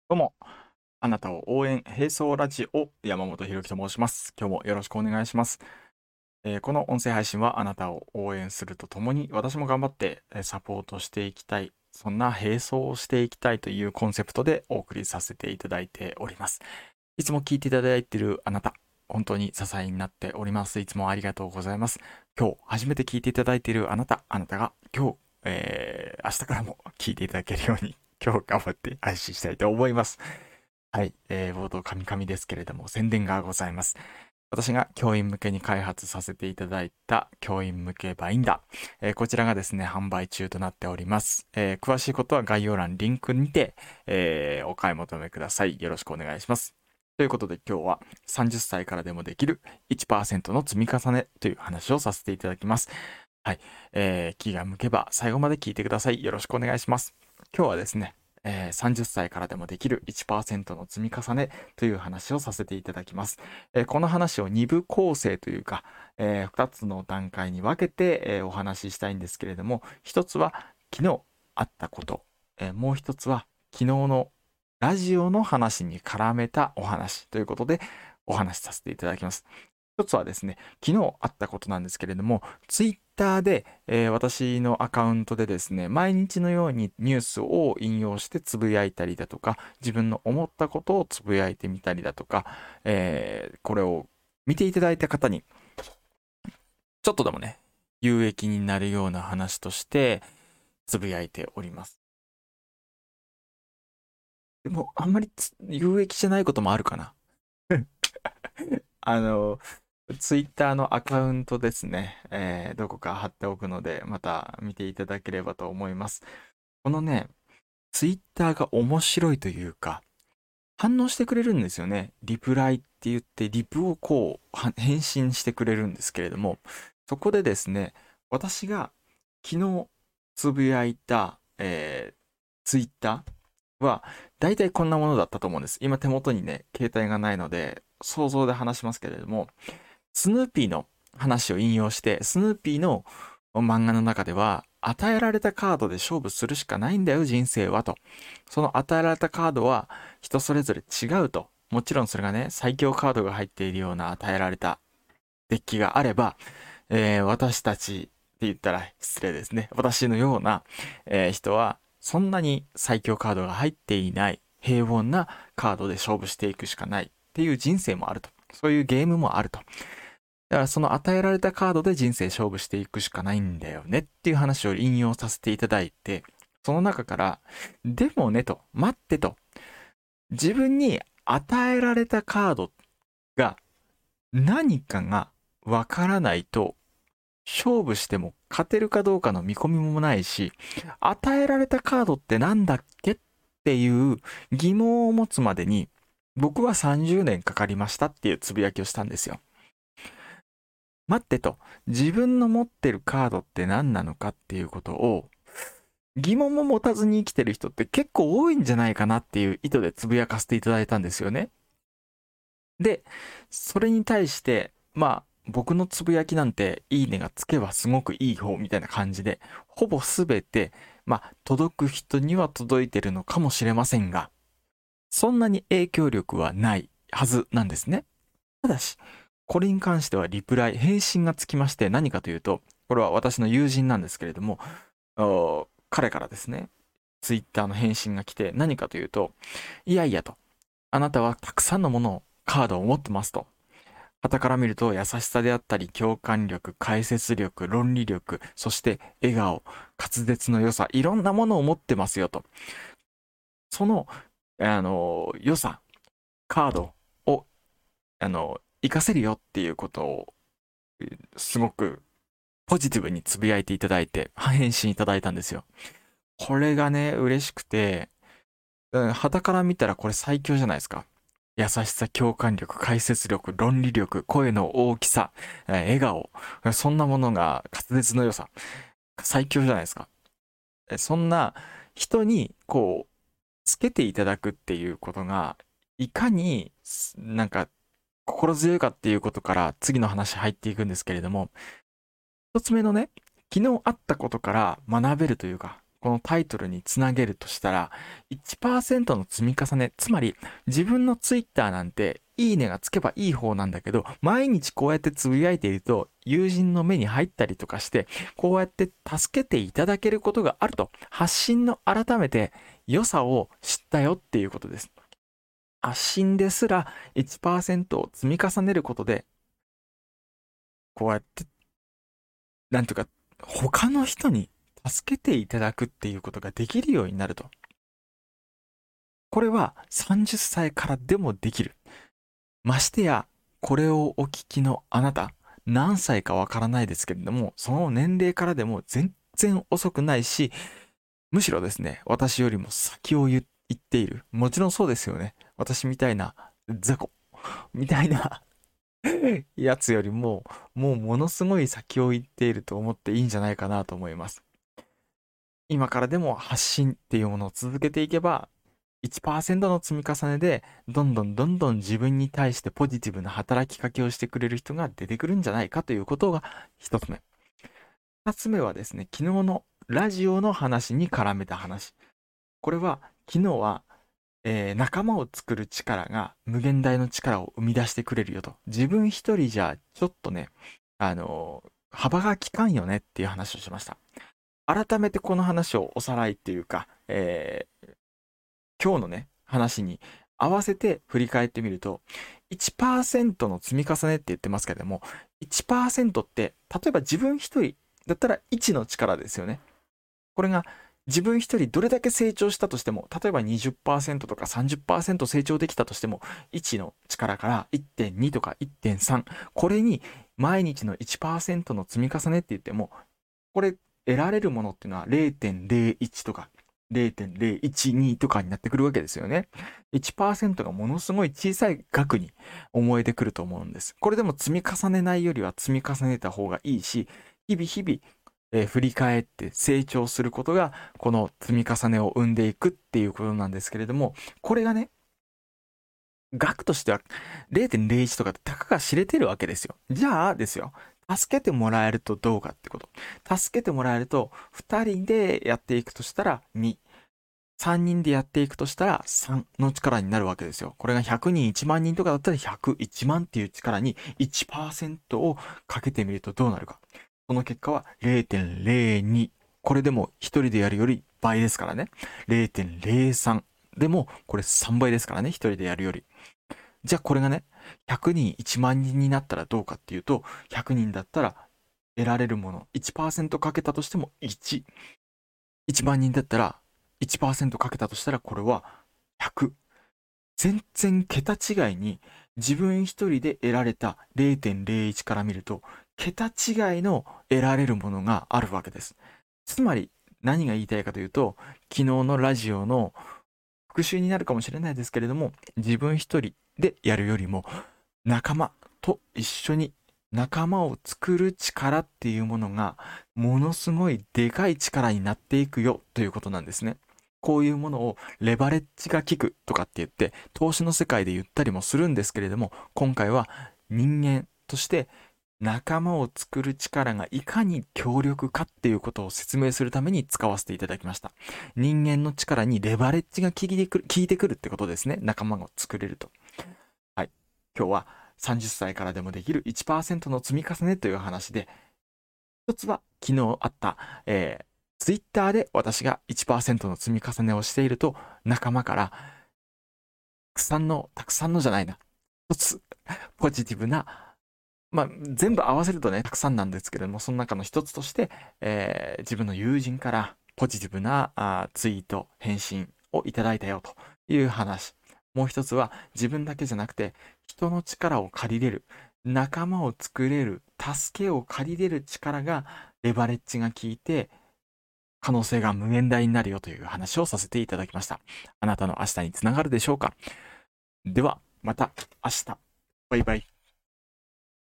どうも、あなたを応援、並走ラジオ、山本博樹と申します。今日もよろしくお願いします。この音声配信はあなたを応援するとともに、私も頑張ってサポートしていきたい、そんな並走をしていきたいというコンセプトでお送りさせていただいております。いつも聞いていただいているあなた、本当に支えになっております。いつもありがとうございます。今日初めて聞いていただいているあなたが今日、明日からも聞いていただけるように、今日頑張って配信したいと思います。はい、冒頭カミカミですけれども、宣伝がございます。私が教員向けに開発させていただいた教員向けバインダー、こちらがですね、販売中となっております。詳しいことは概要欄リンクにて、お買い求めください。よろしくお願いします。ということで今日は30歳からでもできる 1% の積み重ねという話をさせていただきます。はい、気が向けば最後まで聞いてください。よろしくお願いします。今日はですね、30歳からでもできる 1% の積み重ねという話をさせていただきます。この話を2部構成というか、2つの段階に分けて、お話ししたいんですけれども、1つは昨日あったこと、もう1つは昨日のラジオの話に絡めたお話ということでお話しさせていただきます。一つはですね、昨日あったことなんですけれども、ツイッターで、私のアカウントでですね、毎日のようにニュースを引用してつぶやいたりだとか、自分の思ったことをつぶやいてみたりだとか、これを見ていただいた方に、ちょっとでもね、有益になるような話としてつぶやいております。でも、あんまり有益じゃないこともあるかな。あの、ツイッターのアカウントですね、どこか貼っておくので、また見ていただければと思います。このね、ツイッターが面白いというか、反応してくれるんですよね。リプライって言って、リプをこう、返信してくれるんですけれども、そこでですね、私が昨日つぶやいた、ツイッターは、だいたいこんなものだったと思うんです。今手元にね、携帯がないので、想像で話しますけれども、スヌーピーの話を引用して、スヌーピーの漫画の中では、与えられたカードで勝負するしかないんだよ、人生はと。その与えられたカードは人それぞれ違うと。もちろんそれがね、最強カードが入っているような与えられたデッキがあれば、私たちって言ったら失礼ですね。私のような、人は、そんなに最強カードが入っていない平凡なカードで勝負していくしかないっていう人生もあると。そういうゲームもあると。だからその与えられたカードで人生勝負していくしかないんだよねっていう話を引用させていただいて、その中から、でもねと、待ってと、自分に与えられたカードが何かがわからないと、勝負しても勝てるかどうかの見込みもないし、与えられたカードってなんだっけっていう疑問を持つまでに、僕は30年かかりましたっていうつぶやきをしたんですよ。待ってと、自分の持ってるカードって何なのかっていうことを疑問も持たずに生きてる人って結構多いんじゃないかなっていう意図でつぶやかせていただいたんですよね。で、それに対して、僕のつぶやきなんていいねがつけばすごくいい方みたいな感じで、ほぼすべて、届く人には届いてるのかもしれませんが、そんなに影響力はないはずなんですね。ただし、これに関してはリプライ、返信がつきまして何かというと、これは私の友人なんですけれども、彼からですね、ツイッターの返信が来て何かというと、いやいやと、あなたはたくさんのものを、カードを持ってますと。傍から見ると優しさであったり、共感力、解説力、論理力、そして笑顔、滑舌の良さ、いろんなものを持ってますよと。その、良さ、カードを、活かせるよっていうことを、すごくポジティブにつぶやいていただいて、返信いただいたんですよ。これがね、嬉しくて、傍から見たらこれ最強じゃないですか。優しさ、共感力、解説力、論理力、声の大きさ、笑顔、そんなものが滑舌の良さ、最強じゃないですか。そんな人に、こう、つけていただくっていうことが、いかになんか心強いかっていうことから次の話入っていくんですけれども、一つ目のね、昨日あったことから学べるというか、 このタイトルにつなげるとしたら、1% の積み重ね、つまり自分のツイッターなんていいねがつけばいい方なんだけど、毎日こうやってつぶやいていると友人の目に入ったりとかして、こうやって助けていただけることがあると、発信の改めて良さを知ったよっていうことです。発信ですら 1% を積み重ねることで、こうやって、なんとか他の人に助けていただくっていうことができるようになると。これは30歳からでもできる。ましてや、これをお聞きのあなた、何歳かわからないですけれども、その年齢からでも全然遅くないし、むしろですね、私よりも先を言っている。もちろんそうですよね。私みたいな雑魚みたいなやつよりも、もうものすごい先を言っていると思っていいんじゃないかなと思います。今からでも発信っていうものを続けていけば、1% の積み重ねで、どんどん自分に対してポジティブな働きかけをしてくれる人が出てくるんじゃないかということが一つ目。二つ目はですね、昨日のラジオの話に絡めた話。これは、昨日は、仲間を作る力が無限大の力を生み出してくれるよと。自分一人じゃちょっとね、幅が利かんよねっていう話をしました。改めてこの話をおさらいっていうか、今日のね、話に合わせて振り返ってみると、1% の積み重ねって言ってますけれども、1% って、例えば自分一人だったら1の力ですよね。これが自分一人どれだけ成長したとしても、例えば 20% とか 30% 成長できたとしても、1の力から 1.2 とか 1.3、これに毎日の 1% の積み重ねって言っても、これ得られるものっていうのは 0.01 とか 0.012 とかになってくるわけですよね。1% がものすごい小さい額に思えてくると思うんです。これでも積み重ねないよりは積み重ねた方がいいし、日々振り返って成長することがこの積み重ねを生んでいくっていうことなんですけれども、これがね、額としては 0.01 とかってたかが知れてるわけですよ。じゃあですよ。助けてもらえるとどうかってこと。助けてもらえると、2人でやっていくとしたら2、3人でやっていくとしたら3の力になるわけですよ。これが100人1万人とかだったら101万っていう力に 1% をかけてみるとどうなるか。その結果は 0.02。これでも1人でやるより倍ですからね。0.03。でもこれ3倍ですからね。1人でやるより。じゃあこれがね、100人1万人になったらどうかっていうと、100人だったら得られるもの 1% かけたとしても1。1万人だったら 1% かけたとしたらこれは100。全然桁違いに自分一人で得られた 0.01 から見ると桁違いの得られるものがあるわけです。つまり何が言いたいかというと、昨日のラジオの復習になるかもしれないですけれども、自分一人でやるよりも仲間と一緒に仲間を作る力っていうものがものすごいでかい力になっていくよということなんですね。こういうものをレバレッジが効くとかって言って投資の世界で言ったりもするんですけれども、今回は人間として仲間を作る力がいかに強力かっていうことを説明するために使わせていただきました。人間の力にレバレッジが効いてくるってことですね。仲間を作れると。はい。今日は30歳からでもできる 1% の積み重ねという話で、一つは昨日あった、Twitter で私が 1% の積み重ねをしていると、仲間からたくさんのじゃないな。一つ、ポジティブな、全部合わせるとね、たくさんなんですけれども、その中の一つとして、自分の友人からポジティブなツイート、返信をいただいたよという話。もう一つは自分だけじゃなくて、人の力を借りれる、仲間を作れる、助けを借りれる力がレバレッジが効いて、可能性が無限大になるよという話をさせていただきました。あなたの明日につながるでしょうか？では、また明日。バイバイ。